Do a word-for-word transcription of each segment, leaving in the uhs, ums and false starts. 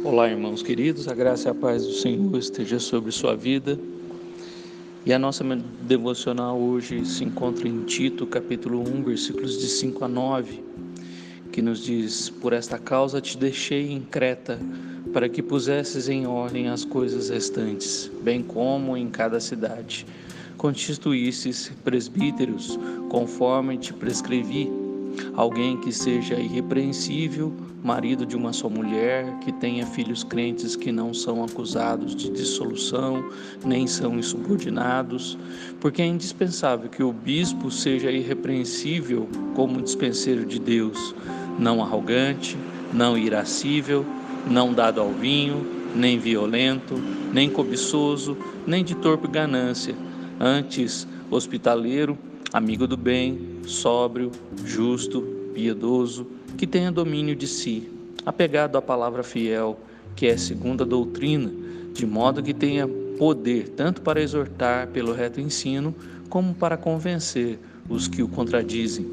Olá, irmãos queridos, a graça e a paz do Senhor esteja sobre sua vida. E a nossa devocional hoje se encontra em Tito, capítulo um, versículos de cinco a nove, que nos diz: Por esta causa te deixei em Creta, para que pusesses em ordem as coisas restantes, bem como em cada cidade constituísses presbíteros, conforme te prescrevi, alguém que seja irrepreensível, marido de uma só mulher, que tenha filhos crentes que não são acusados de dissolução, nem são insubordinados, porque é indispensável que o bispo seja irrepreensível como dispenseiro de Deus, não arrogante, não irascível, não dado ao vinho, nem violento, nem cobiçoso, nem de torpe ganância, antes hospitaleiro, amigo do bem, sóbrio, justo, piedoso, que tenha domínio de si, apegado à palavra fiel, que é segundo a doutrina, de modo que tenha poder tanto para exortar pelo reto ensino, como para convencer os que o contradizem.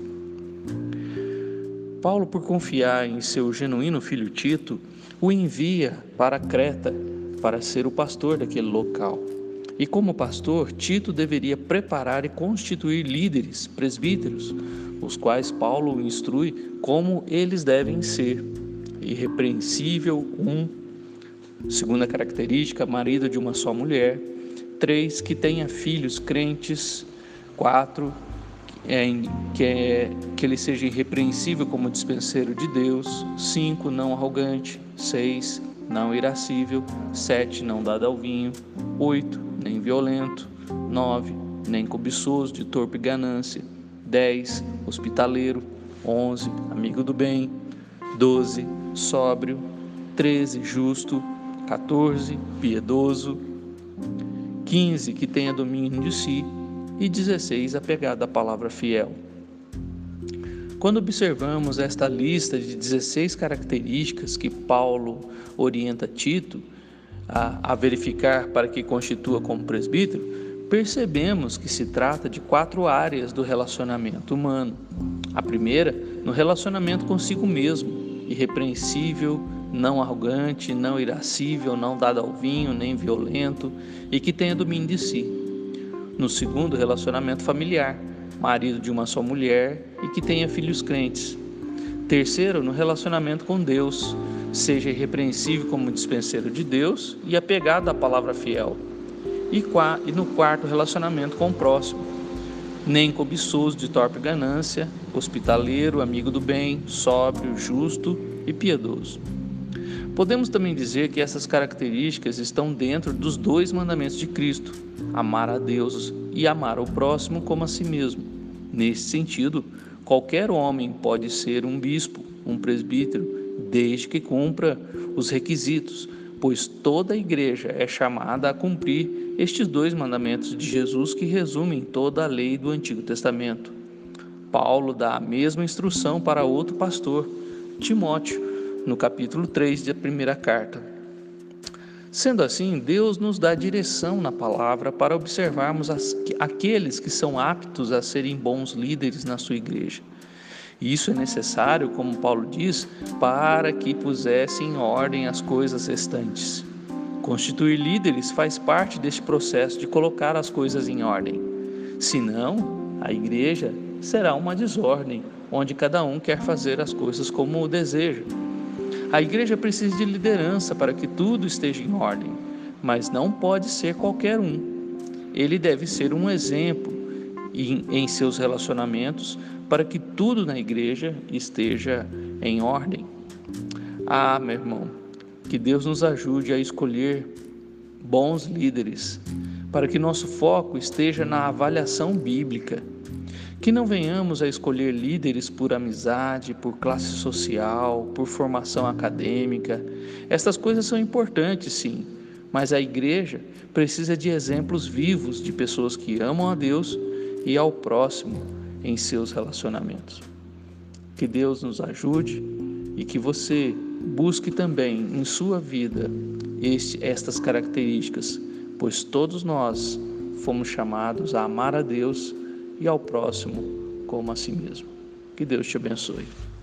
Paulo, por confiar em seu genuíno filho Tito, o envia para Creta para ser o pastor daquele local. E como pastor, Tito deveria preparar e constituir líderes, presbíteros, os quais Paulo instrui como eles devem ser: irrepreensível, um, segunda característica, marido de uma só mulher; três, que tenha filhos crentes; quatro, é, que, é, que ele seja irrepreensível como dispenseiro de Deus; cinco, não arrogante; seis, não irascível; sete, não dado ao vinho; oito, nem violento; nove, nem cobiçoso de torpe ganância; dez, hospitaleiro; onze, amigo do bem; doze, sóbrio; treze, justo; quatorze, piedoso; quinze, que tenha domínio de si; e dezesseis, apegado à palavra fiel. Quando observamos esta lista de dezesseis características que Paulo orienta Tito a, a verificar para que constitua como presbítero, percebemos que se trata de quatro áreas do relacionamento humano. A primeira, no relacionamento consigo mesmo: irrepreensível, não arrogante, não irascível, não dado ao vinho, nem violento, e que tenha domínio de si. No segundo, relacionamento familiar: marido de uma só mulher e que tenha filhos crentes. Terceiro, no relacionamento com Deus: seja irrepreensível como dispenseiro de Deus e apegado à palavra fiel. E, e no quarto, relacionamento com o próximo: nem cobiçoso de torpe ganância, hospitaleiro, amigo do bem, sóbrio, justo e piedoso. Podemos também dizer que essas características estão dentro dos dois mandamentos de Cristo: amar a Deus e amar ao próximo como a si mesmo. Nesse sentido, qualquer homem pode ser um bispo, um presbítero, desde que cumpra os requisitos, pois toda a igreja é chamada a cumprir estes dois mandamentos de Jesus, que resumem toda a lei do Antigo Testamento. Paulo dá a mesma instrução para outro pastor, Timóteo, no capítulo três da primeira carta. Sendo assim, Deus nos dá direção na palavra para observarmos as, aqueles que são aptos a serem bons líderes na sua igreja. E isso é necessário, como Paulo diz, para que pusesse em ordem as coisas restantes. Constituir líderes faz parte deste processo de colocar as coisas em ordem. Senão, a igreja será uma desordem, onde cada um quer fazer as coisas como deseja. A igreja precisa de liderança para que tudo esteja em ordem, mas não pode ser qualquer um. Ele deve ser um exemplo em, em seus relacionamentos para que tudo na igreja esteja em ordem. Ah, meu irmão, que Deus nos ajude a escolher bons líderes, para que nosso foco esteja na avaliação bíblica. Que não venhamos a escolher líderes por amizade, por classe social, por formação acadêmica. Estas coisas são importantes, sim, mas a igreja precisa de exemplos vivos de pessoas que amam a Deus e ao próximo em seus relacionamentos. Que Deus nos ajude e que você busque também em sua vida este, estas características, pois todos nós fomos chamados a amar a Deus e ao próximo como a si mesmo. Que Deus te abençoe.